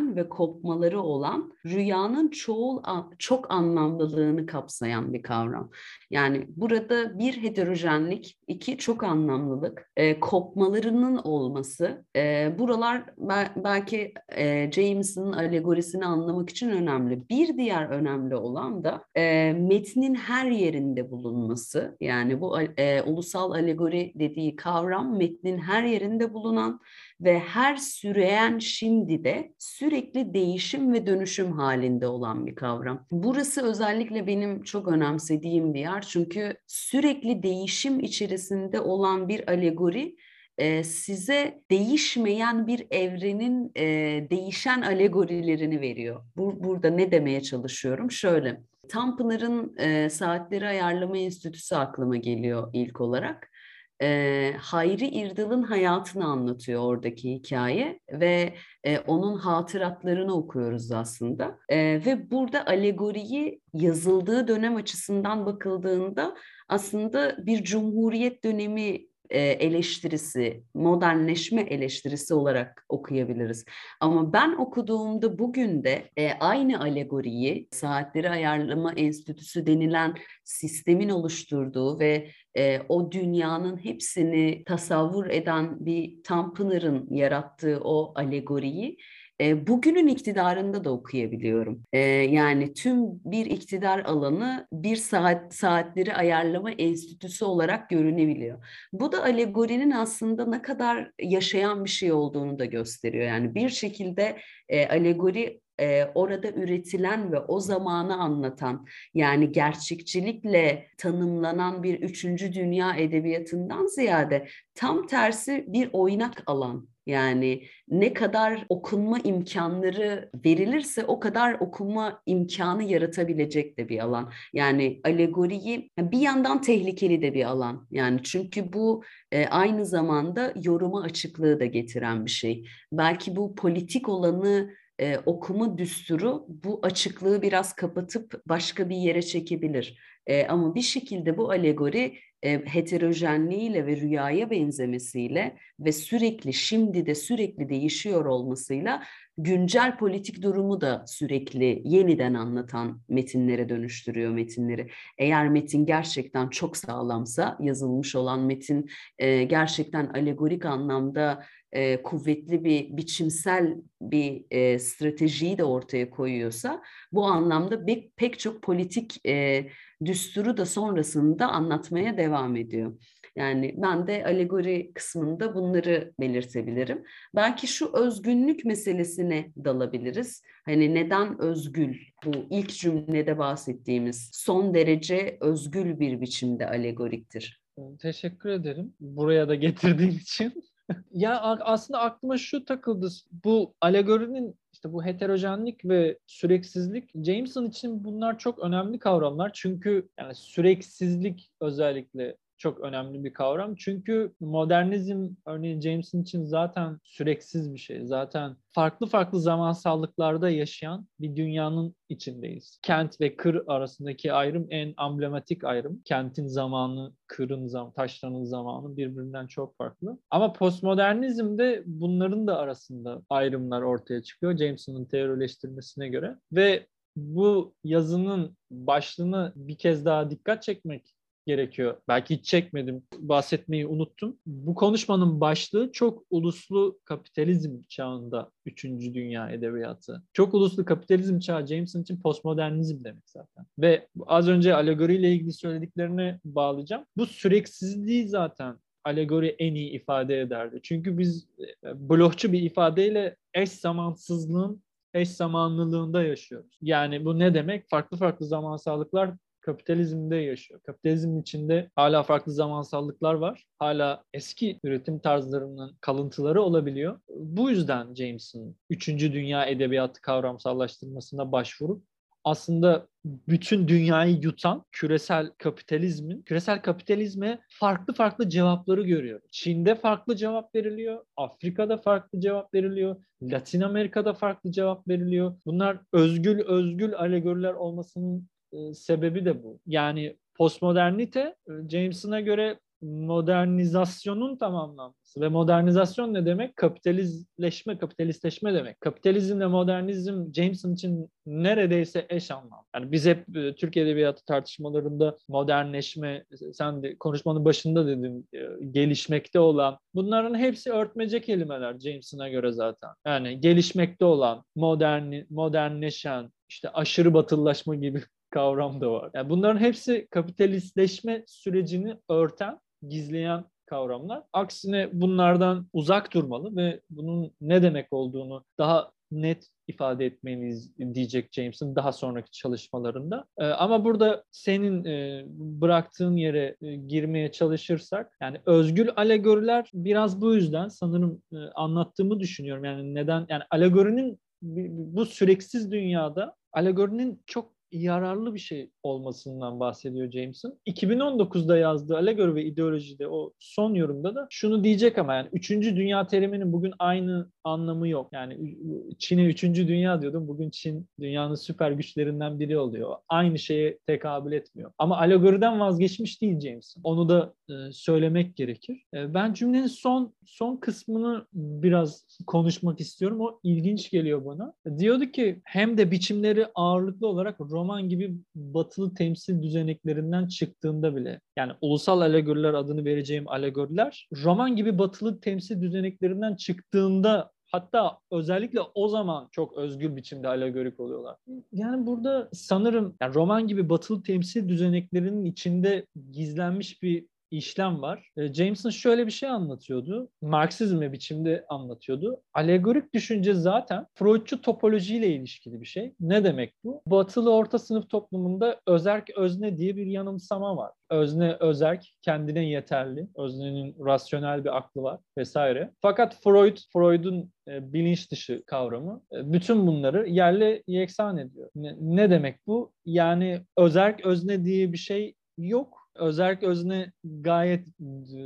değişen ve kopmaları olan, rüyanın çoğul çok anlamlılığını kapsayan bir kavram. Yani burada bir heterojenlik, iki çok anlamlılık, e, kopmalarının olması. E, buralar belki e, James'in alegorisini anlamak için önemli. Bir diğer önemli olan da e, metnin her yerinde bulunması. Yani bu e, ulusal alegori dediği kavram metnin her yerinde bulunan ve her süreyen şimdi de sürekli değişim ve dönüşüm halinde olan bir kavram. Burası özellikle benim çok önemsediğim bir yer. Çünkü sürekli değişim içerisinde olan bir alegori size değişmeyen bir evrenin e, değişen alegorilerini veriyor. Bur burada ne demeye çalışıyorum? Şöyle, Tanpınar'ın e, Saatleri Ayarlama Enstitüsü aklıma geliyor ilk olarak. E, Hayri İrdal'ın hayatını anlatıyor oradaki hikaye ve e, onun hatıratlarını okuyoruz aslında. E, ve burada alegoriyi yazıldığı dönem açısından bakıldığında aslında bir cumhuriyet dönemi eleştirisi, modernleşme eleştirisi olarak okuyabiliriz. Ama ben okuduğumda bugün de e, aynı alegoriyi Saatleri Ayarlama Enstitüsü denilen sistemin oluşturduğu ve e, o dünyanın hepsini tasavvur eden bir Tanpınar'ın yarattığı o alegoriyi E, bugünün iktidarında da okuyabiliyorum. E, yani tüm bir iktidar alanı bir saat saatleri ayarlama enstitüsü olarak görünebiliyor. Bu da alegorinin aslında ne kadar yaşayan bir şey olduğunu da gösteriyor. Yani bir şekilde e, alegori e, orada üretilen ve o zamanı anlatan, yani gerçekçilikle tanımlanan bir üçüncü dünya edebiyatından ziyade tam tersi bir oynak alan. Yani ne kadar okunma imkanları verilirse o kadar okuma imkanı yaratabilecek de bir alan. Yani alegoriyi bir yandan tehlikeli de bir alan. Yani çünkü bu e, aynı zamanda yoruma açıklığı da getiren bir şey. Belki bu politik olanı e, okuma düsturu bu açıklığı biraz kapatıp başka bir yere çekebilir. E, ama bir şekilde bu alegori e, heterojenliğiyle ve rüyaya benzemesiyle ve sürekli şimdi de sürekli değişiyor olmasıyla güncel politik durumu da sürekli yeniden anlatan metinlere dönüştürüyor metinleri. Eğer metin gerçekten çok sağlamsa, yazılmış olan metin e, gerçekten alegorik anlamda e, kuvvetli bir biçimsel bir e, stratejiyi de ortaya koyuyorsa, bu anlamda be, pek çok politik e, düsturu da sonrasında anlatmaya devam ediyor. Yani ben de alegori kısmında bunları belirtebilirim. Belki şu özgünlük meselesine dalabiliriz. Hani neden özgül? Bu ilk cümlede bahsettiğimiz son derece özgül bir biçimde alegoriktir. Teşekkür ederim buraya da getirdiğin için. Ya aslında aklıma şu takıldı. Bu alegorinin işte bu heterojenlik ve süreksizlik, Jameson için bunlar çok önemli kavramlar. Çünkü yani süreksizlik özellikle çok önemli bir kavram. Çünkü modernizm örneğin Jameson için zaten süreksiz bir şey. Zaten farklı farklı zamansallıklarda yaşayan bir dünyanın içindeyiz. Kent ve kır arasındaki ayrım en amblematik ayrım. Kentin zamanı, kırın zamanı, taşranın zamanı birbirinden çok farklı. Ama postmodernizmde bunların da arasında ayrımlar ortaya çıkıyor Jameson'ın teorileştirmesine göre. Ve bu yazının başlığını bir kez daha dikkat çekmek gerekiyor. Belki hiç çekmedim, bahsetmeyi unuttum. Bu konuşmanın başlığı çok uluslu kapitalizm çağında üçüncü dünya edebiyatı. Çok uluslu kapitalizm çağı Jameson için postmodernizm demek zaten. Ve az önce alegoriyle ilgili söylediklerine bağlayacağım. Bu süreksizliği zaten alegori en iyi ifade ederdi. Çünkü biz Blochçu bir ifadeyle eş zamansızlığın eş zamanlılığında yaşıyoruz. Yani bu ne demek? Farklı farklı zamansallıklar kapitalizmde yaşıyor. Kapitalizmin içinde hala farklı zamansallıklar var. Hala eski üretim tarzlarının kalıntıları olabiliyor. Bu yüzden James'in üçüncü dünya edebiyatı kavramsallaştırmasına başvurup aslında bütün dünyayı yutan küresel kapitalizmin, küresel kapitalizme farklı farklı cevapları görüyoruz. Çin'de farklı cevap veriliyor, Afrika'da farklı cevap veriliyor, Latin Amerika'da farklı cevap veriliyor. Bunlar özgül özgül alegoriler olmasının sebebi de bu. Yani postmodernite Jameson'a göre modernizasyonun tamamlanması. Ve modernizasyon ne demek? Kapitalistleşme, kapitalistleşme demek. Kapitalizmle modernizm Jameson için neredeyse eş anlam. Yani biz hep e, Türk Edebiyatı tartışmalarında modernleşme, sen de konuşmanın başında dedin, e, gelişmekte olan, bunların hepsi örtmece kelimeler Jameson'a göre zaten. Yani gelişmekte olan, moderni, modernleşen, işte aşırı batılılaşma gibi kavram da var. Yani bunların hepsi kapitalistleşme sürecini örten, gizleyen kavramlar. Aksine bunlardan uzak durmalı ve bunun ne demek olduğunu daha net ifade etmeliyiz diyecek Jameson daha sonraki çalışmalarında. Ee, ama burada senin e, bıraktığın yere e, girmeye çalışırsak, yani özgül alegoriler biraz bu yüzden sanırım e, anlattığımı düşünüyorum. Yani neden? Yani alegorinin bu süreksiz dünyada alegorinin çok yararlı bir şey olmasından bahsediyor Jameson. iki bin on dokuzda yazdığı Alegori ve İdeolojide o son yorumda da şunu diyecek ama yani üçüncü dünya teriminin bugün aynı anlamı yok. Yani Çin'e üçüncü dünya diyordum. Bugün Çin dünyanın süper güçlerinden biri oluyor. Aynı şeye tekabül etmiyor. Ama alegoriden vazgeçmiş değil Jameson. Onu da e, söylemek gerekir. E, ben cümlenin son son kısmını biraz konuşmak istiyorum. O ilginç geliyor bana. Diyordu ki hem de biçimleri ağırlıklı olarak roman gibi batılı temsil düzeneklerinden çıktığında bile, yani ulusal alegoriler adını vereceğim alegoriler roman gibi batılı temsil düzeneklerinden çıktığında, hatta özellikle o zaman çok özgür biçimde alegorik oluyorlar. Yani burada sanırım yani roman gibi batılı temsil düzeneklerinin içinde gizlenmiş bir işlem var. Jameson şöyle bir şey anlatıyordu. Marksizme biçimde anlatıyordu. Alegorik düşünce zaten Freudçu topolojiyle ilişkili bir şey. Ne demek bu? Batılı orta sınıf toplumunda özerk özne diye bir yanılsama var. Özne özerk, kendine yeterli. Öznenin rasyonel bir aklı var vesaire. Fakat Freud, Freud'un e, bilinç dışı kavramı e, bütün bunları yerle yeksan ediyor. Ne, ne demek bu? Yani özerk özne diye bir şey yok. Özerk özne gayet e,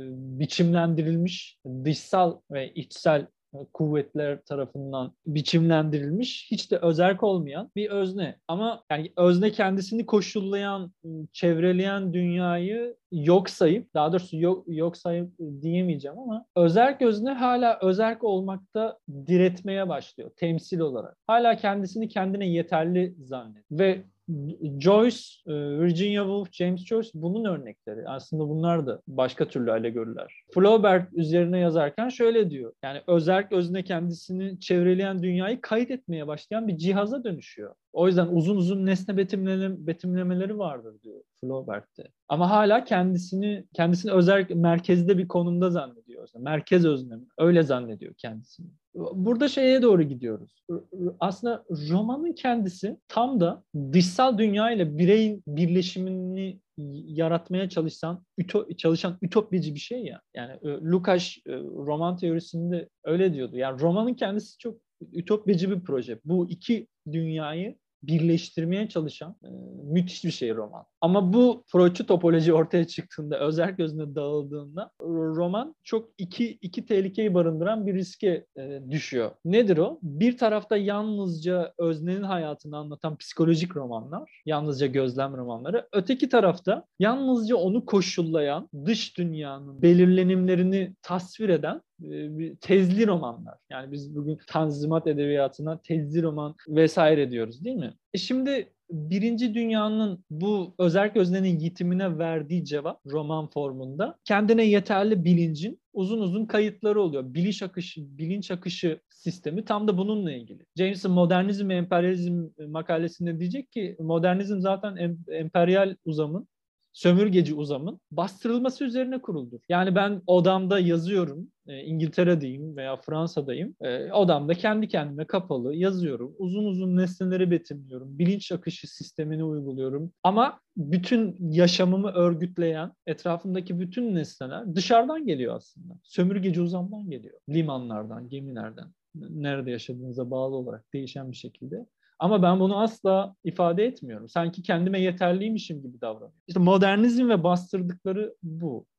biçimlendirilmiş, dışsal ve içsel kuvvetler tarafından biçimlendirilmiş, hiç de özerk olmayan bir özne. Ama yani özne kendisini koşullayan, çevreleyen dünyayı yok sayıp, daha doğrusu yok, yok sayıp diyemeyeceğim ama özerk özne hala özerk olmakta diretmeye başlıyor temsil olarak. Hala kendisini kendine yeterli zannediyor. Ve Joyce, Virginia Woolf, James Joyce bunun örnekleri. Aslında bunlar da başka türlü alegoriler. Flaubert üzerine yazarken şöyle diyor. Yani özerk özne kendisini çevreleyen dünyayı kayıt etmeye başlayan bir cihaza dönüşüyor. O yüzden uzun uzun nesne betimleme, betimlemeleri vardır diyor Flaubert'te. Ama hala kendisini kendisini özerk merkezde bir konumda zannediyor. Merkez özne öyle zannediyor kendisini. Burada şeye doğru gidiyoruz. Aslında romanın kendisi tam da dışsal dünya ile bireyin birleşimini yaratmaya çalışan, üto, çalışan ütopyacı bir şey ya. Yani Lukács roman teorisinde öyle diyordu. Yani romanın kendisi çok ütopyacı bir proje. Bu iki dünyayı birleştirmeye çalışan e, müthiş bir şey roman. Ama bu Freudçu topoloji ortaya çıktığında, özerk özne dağıldığında roman çok iki, iki tehlikeyi barındıran bir riske e, düşüyor. Nedir o? Bir tarafta yalnızca öznenin hayatını anlatan psikolojik romanlar, yalnızca gözlem romanları. Öteki tarafta yalnızca onu koşullayan, dış dünyanın belirlenimlerini tasvir eden e, tezli romanlar. Yani biz bugün Tanzimat edebiyatına tezli roman vesaire diyoruz değil mi? E şimdi Birinci Dünya'nın bu özerk öznenin yitimine verdiği cevap roman formunda kendine yeterli bilincin uzun uzun kayıtları oluyor. Bilinç akışı, bilinç akışı sistemi tam da bununla ilgili. James'in modernizm ve emperyalizm makalesinde diyecek ki modernizm zaten em- emperyal uzamın, sömürgeci uzamın bastırılması üzerine kuruldur. Yani ben odamda yazıyorum, e, İngiltere'deyim veya Fransa'dayım. E, odamda kendi kendime kapalı yazıyorum. Uzun uzun nesneleri betimliyorum. Bilinç akışı sistemini uyguluyorum. Ama bütün yaşamımı örgütleyen etrafımdaki bütün nesneler dışarıdan geliyor aslında. Sömürgeci uzamdan geliyor. Limanlardan, gemilerden. Nerede yaşadığınıza bağlı olarak değişen bir şekilde. Ama ben bunu asla ifade etmiyorum. Sanki kendime yeterliymişim gibi davranıyorum. İşte modernizm ve bastırdıkları bu.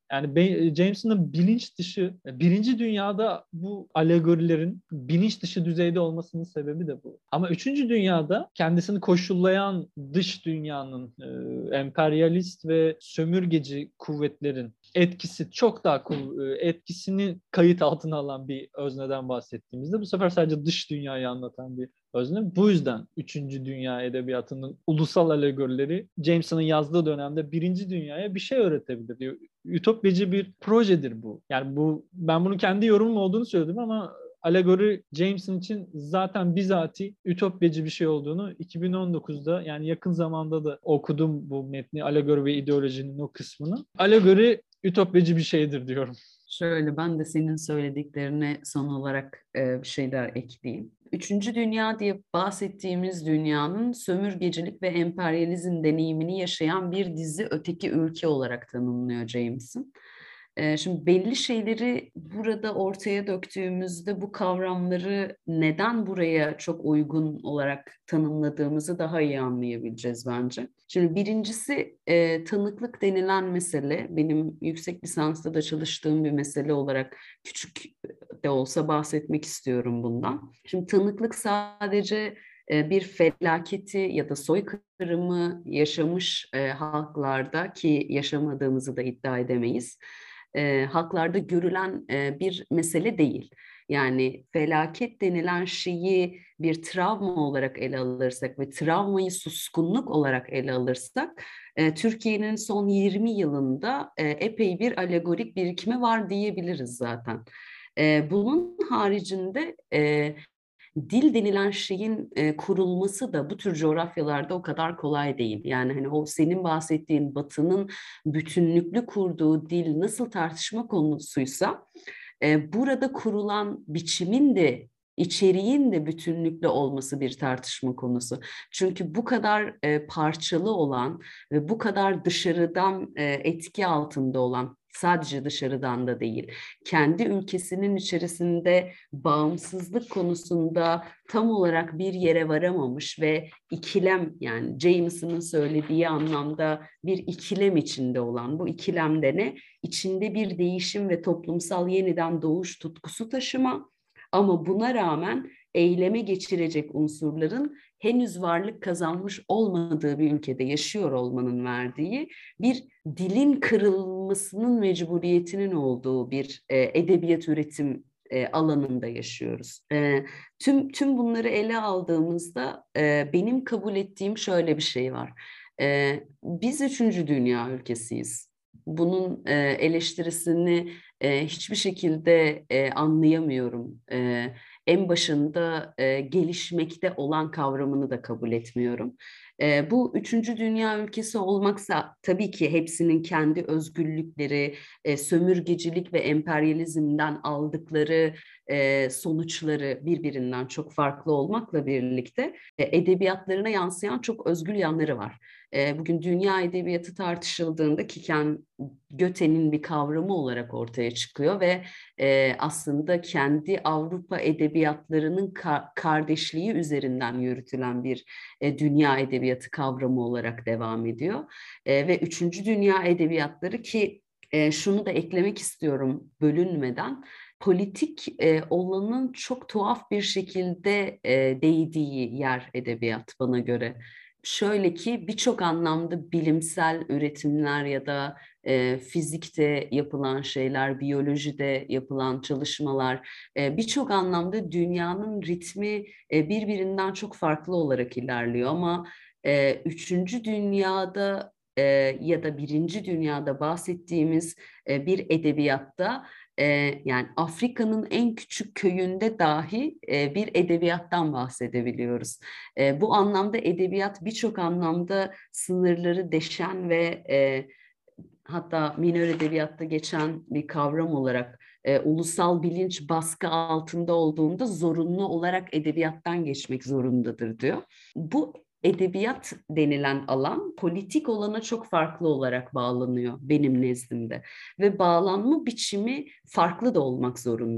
Yani ben, Jameson'ın bilinç dışı, birinci dünyada bu alegorilerin bilinç dışı düzeyde olmasının sebebi de bu. Ama üçüncü dünyada kendisini koşullayan dış dünyanın, e, emperyalist ve sömürgeci kuvvetlerin etkisi çok daha kuv- e, etkisini kayıt altına alan bir özneden bahsettiğimizde bu sefer sadece dış dünyayı anlatan bir özne. Bu yüzden üçüncü Dünya Edebiyatı'nın ulusal alegorileri Jameson'ın yazdığı dönemde birinci dünyaya bir şey öğretebilir diyor. Ütopyacı bir projedir bu. Yani bu, ben bunun kendi yorumum olduğunu söyledim ama alegori Jameson için zaten bizatihi ütopyacı bir şey olduğunu iki bin on dokuzda, yani yakın zamanda da okudum bu metni, alegori ve ideolojinin o kısmını. Alegori ütopyacı bir şeydir diyorum. Şöyle ben de senin söylediklerine son olarak e, bir şeyler ekleyeyim. Üçüncü dünya diye bahsettiğimiz dünyanın sömürgecilik ve emperyalizm deneyimini yaşayan bir dizi öteki ülke olarak tanımlıyor Jameson. E, şimdi belli şeyleri burada ortaya döktüğümüzde bu kavramları neden buraya çok uygun olarak tanımladığımızı daha iyi anlayabileceğiz bence. Şimdi birincisi e, tanıklık denilen mesele benim yüksek lisansta da çalıştığım bir mesele olarak küçük de olsa bahsetmek istiyorum bundan. Şimdi tanıklık sadece e, bir felaketi ya da soykırımı yaşamış e, halklarda, ki yaşamadığımızı da iddia edemeyiz, e, halklarda görülen e, bir mesele değil. Yani felaket denilen şeyi bir travma olarak ele alırsak ve travmayı suskunluk olarak ele alırsak, e, Türkiye'nin son yirmi yılında e, epey bir alegorik birikimi var diyebiliriz zaten. E, bunun haricinde e, dil denilen şeyin e, kurulması da bu tür coğrafyalarda o kadar kolay değil. Yani hani o senin bahsettiğin Batı'nın bütünlüklü kurduğu dil nasıl tartışma konusuysa, e, burada kurulan biçimin de içeriğin de bütünlüklü olması bir tartışma konusu. Çünkü bu kadar e, parçalı olan ve bu kadar dışarıdan e, etki altında olan, sadece dışarıdan da değil, kendi ülkesinin içerisinde bağımsızlık konusunda tam olarak bir yere varamamış ve ikilem, yani Jameson'ın söylediği anlamda bir ikilem içinde olan, bu ikilemde ne? İçinde bir değişim ve toplumsal yeniden doğuş tutkusu taşıma, ama buna rağmen eyleme geçirecek unsurların henüz varlık kazanmış olmadığı bir ülkede yaşıyor olmanın verdiği bir dilin kırılmasının mecburiyetinin olduğu bir e, edebiyat üretim e, alanında yaşıyoruz. E, tüm tüm bunları ele aldığımızda e, benim kabul ettiğim şöyle bir şey var. E, biz üçüncü dünya ülkesiyiz. Bunun e, eleştirisini e, hiçbir şekilde e, anlayamıyorum. E, en başında e, gelişmekte olan kavramını da kabul etmiyorum. E, bu üçüncü dünya ülkesi olmaksa tabii ki hepsinin kendi özgürlükleri, e, sömürgecilik ve emperyalizmden aldıkları e, sonuçları birbirinden çok farklı olmakla birlikte e, edebiyatlarına yansıyan çok özgül yanları var. E, bugün dünya edebiyatı tartışıldığında Kiken Göte'nin bir kavramı olarak ortaya çıkıyor ve e, aslında kendi Avrupa edebiyatlarının ka- kardeşliği üzerinden yürütülen bir e, dünya edebiyatı kavramı olarak devam ediyor. E, ve üçüncü dünya edebiyatları, ki e, şunu da eklemek istiyorum bölünmeden, politik e, olanın çok tuhaf bir şekilde e, değdiği yer edebiyat bana göre. Şöyle ki birçok anlamda bilimsel üretimler ya da e, fizikte yapılan şeyler, biyolojide yapılan çalışmalar, e, birçok anlamda dünyanın ritmi e, birbirinden çok farklı olarak ilerliyor. Ama e, üçüncü dünyada e, ya da birinci dünyada bahsettiğimiz e, bir edebiyatta, e, yani Afrika'nın en küçük köyünde dahi e, bir edebiyattan bahsedebiliyoruz. E, bu anlamda edebiyat birçok anlamda sınırları deşen ve e, hatta minör edebiyatta geçen bir kavram olarak e, ulusal bilinç baskı altında olduğunda zorunlu olarak edebiyattan geçmek zorundadır diyor. Bu edebiyat denilen alan politik olana çok farklı olarak bağlanıyor benim nezdimde ve bağlanma biçimi farklı da olmak zorunda.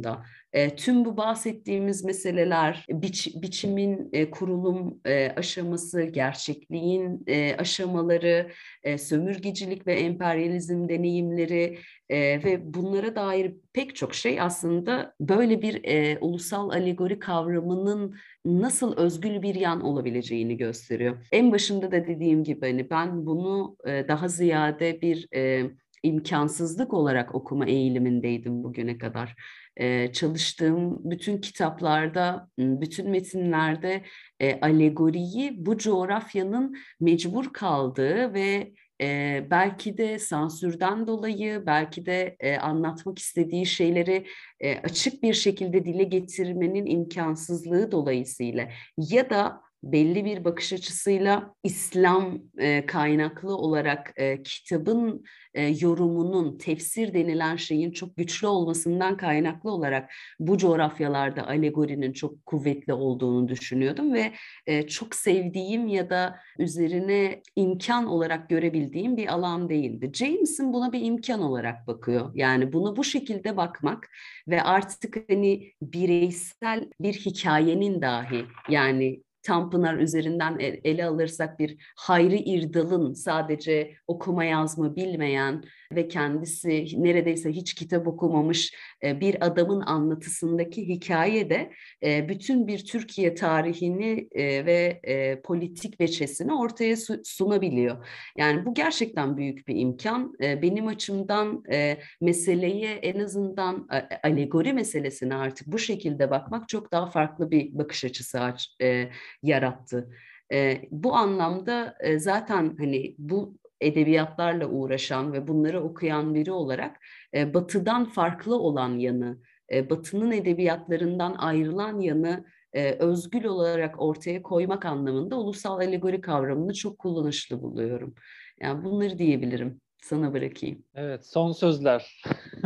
E, tüm bu bahsettiğimiz meseleler, biç, biçimin e, kurulum e, aşaması, gerçekliğin e, aşamaları, e, sömürgecilik ve emperyalizm deneyimleri e, ve bunlara dair pek çok şey aslında böyle bir e, ulusal alegori kavramının nasıl özgül bir yan olabileceğini gösteriyor. En başında da dediğim gibi hani ben bunu e, daha ziyade bir e, imkansızlık olarak okuma eğilimindeydim bugüne kadar. Ee, çalıştığım bütün kitaplarda, bütün metinlerde e, alegoriyi bu coğrafyanın mecbur kaldığı ve e, belki de sansürden dolayı, belki de e, anlatmak istediği şeyleri e, açık bir şekilde dile getirmenin imkansızlığı dolayısıyla ya da belli bir bakış açısıyla İslam e, kaynaklı olarak e, kitabın e, yorumunun, tefsir denilen şeyin çok güçlü olmasından kaynaklı olarak bu coğrafyalarda alegorinin çok kuvvetli olduğunu düşünüyordum ve e, çok sevdiğim ya da üzerine imkan olarak görebildiğim bir alan değildi. James'in buna bir imkan olarak bakıyor. Yani bunu bu şekilde bakmak ve artık hani bireysel bir hikayenin dahi yani Tanpınar üzerinden ele alırsak bir Hayri İrdal'ın sadece okuma yazma bilmeyen ve kendisi neredeyse hiç kitap okumamış bir adamın anlatısındaki hikaye de bütün bir Türkiye tarihini ve politik veçesini ortaya sunabiliyor. Yani bu gerçekten büyük bir imkan. Benim açımdan meseleye en azından alegori meselesine artık bu şekilde bakmak çok daha farklı bir bakış açısı aç, yarattı. E, bu anlamda e, zaten hani bu edebiyatlarla uğraşan ve bunları okuyan biri olarak e, Batı'dan farklı olan yanı, e, Batı'nın edebiyatlarından ayrılan yanı e, özgül olarak ortaya koymak anlamında ulusal alegori kavramını çok kullanışlı buluyorum. Yani bunları diyebilirim. Sana bırakayım. Evet, son sözler.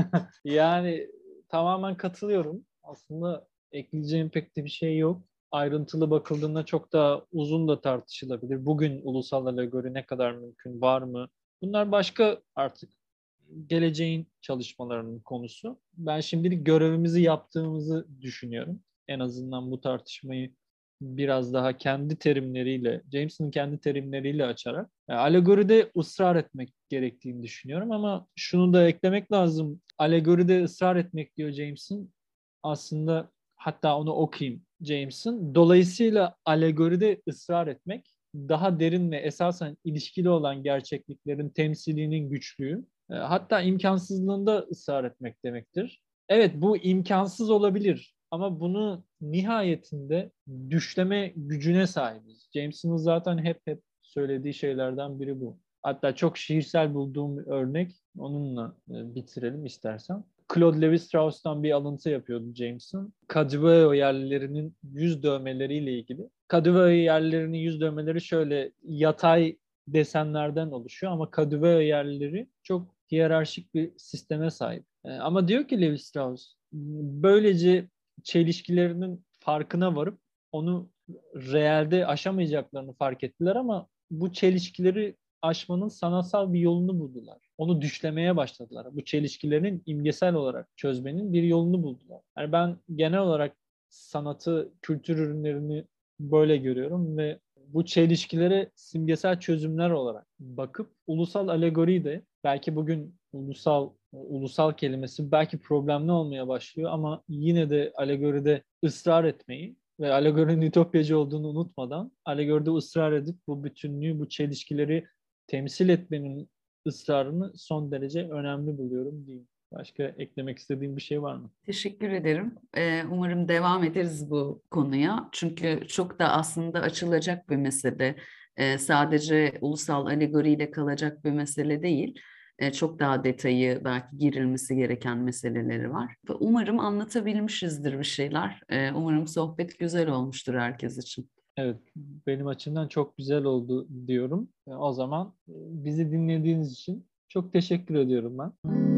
Yani tamamen katılıyorum. Aslında ekleyeceğim pek de bir şey yok. Ayrıntılı bakıldığında çok daha uzun da tartışılabilir. Bugün ulusal alegori ne kadar mümkün, var mı? Bunlar başka artık geleceğin çalışmalarının konusu. Ben şimdilik görevimizi yaptığımızı düşünüyorum. En azından bu tartışmayı biraz daha kendi terimleriyle, James'in kendi terimleriyle açarak yani alegoride ısrar etmek gerektiğini düşünüyorum ama şunu da eklemek lazım. Alegoride ısrar etmek diyor James'in. Aslında hatta onu okuyayım James'in. Dolayısıyla alegoride ısrar etmek daha derin ve esasen ilişkili olan gerçekliklerin temsilinin güçlüğü, hatta imkansızlığında ısrar etmek demektir. Evet, bu imkansız olabilir ama bunu nihayetinde düşleme gücüne sahibiz. James'in zaten hep hep söylediği şeylerden biri bu. Hatta çok şiirsel bulduğum bir örnek, onunla bitirelim istersen. Claude Lévi-Strauss'tan bir alıntı yapıyordu James'in. Cadueo yerlilerinin yüz dövmeleriyle ilgili. Cadueo yerlilerinin yüz dövmeleri şöyle yatay desenlerden oluşuyor ama Cadueo yerlileri çok hiyerarşik bir sisteme sahip. Ama diyor ki Lévi-Strauss, böylece çelişkilerinin farkına varıp onu realde aşamayacaklarını fark ettiler ama bu çelişkileri aşmanın sanatsal bir yolunu buldular. Onu düşlemeye başladılar. Bu çelişkilerin imgesel olarak çözmenin bir yolunu buldular. Yani ben genel olarak sanatı, kültür ürünlerini böyle görüyorum ve bu çelişkilere simgesel çözümler olarak bakıp ulusal alegoriyi de belki bugün ulusal ulusal kelimesi belki problemli olmaya başlıyor ama yine de alegoride ısrar etmeyi ve alegorinin ütopyacı olduğunu unutmadan alegoride ısrar edip bu bütünlüğü, bu çelişkileri temsil etmenin ısrarını son derece önemli buluyorum diyeyim. Başka eklemek istediğim bir şey var mı? Teşekkür ederim. Ee, umarım devam ederiz bu konuya. Çünkü çok da aslında açılacak bir mesele. Ee, sadece ulusal alegoriyle kalacak bir mesele değil. Ee, çok daha detayı belki girilmesi gereken meseleleri var. Ve umarım anlatabilmişizdir bir şeyler. Ee, umarım sohbet güzel olmuştur herkes için. Evet, benim açımdan çok güzel oldu diyorum. O zaman bizi dinlediğiniz için çok teşekkür ediyorum ben.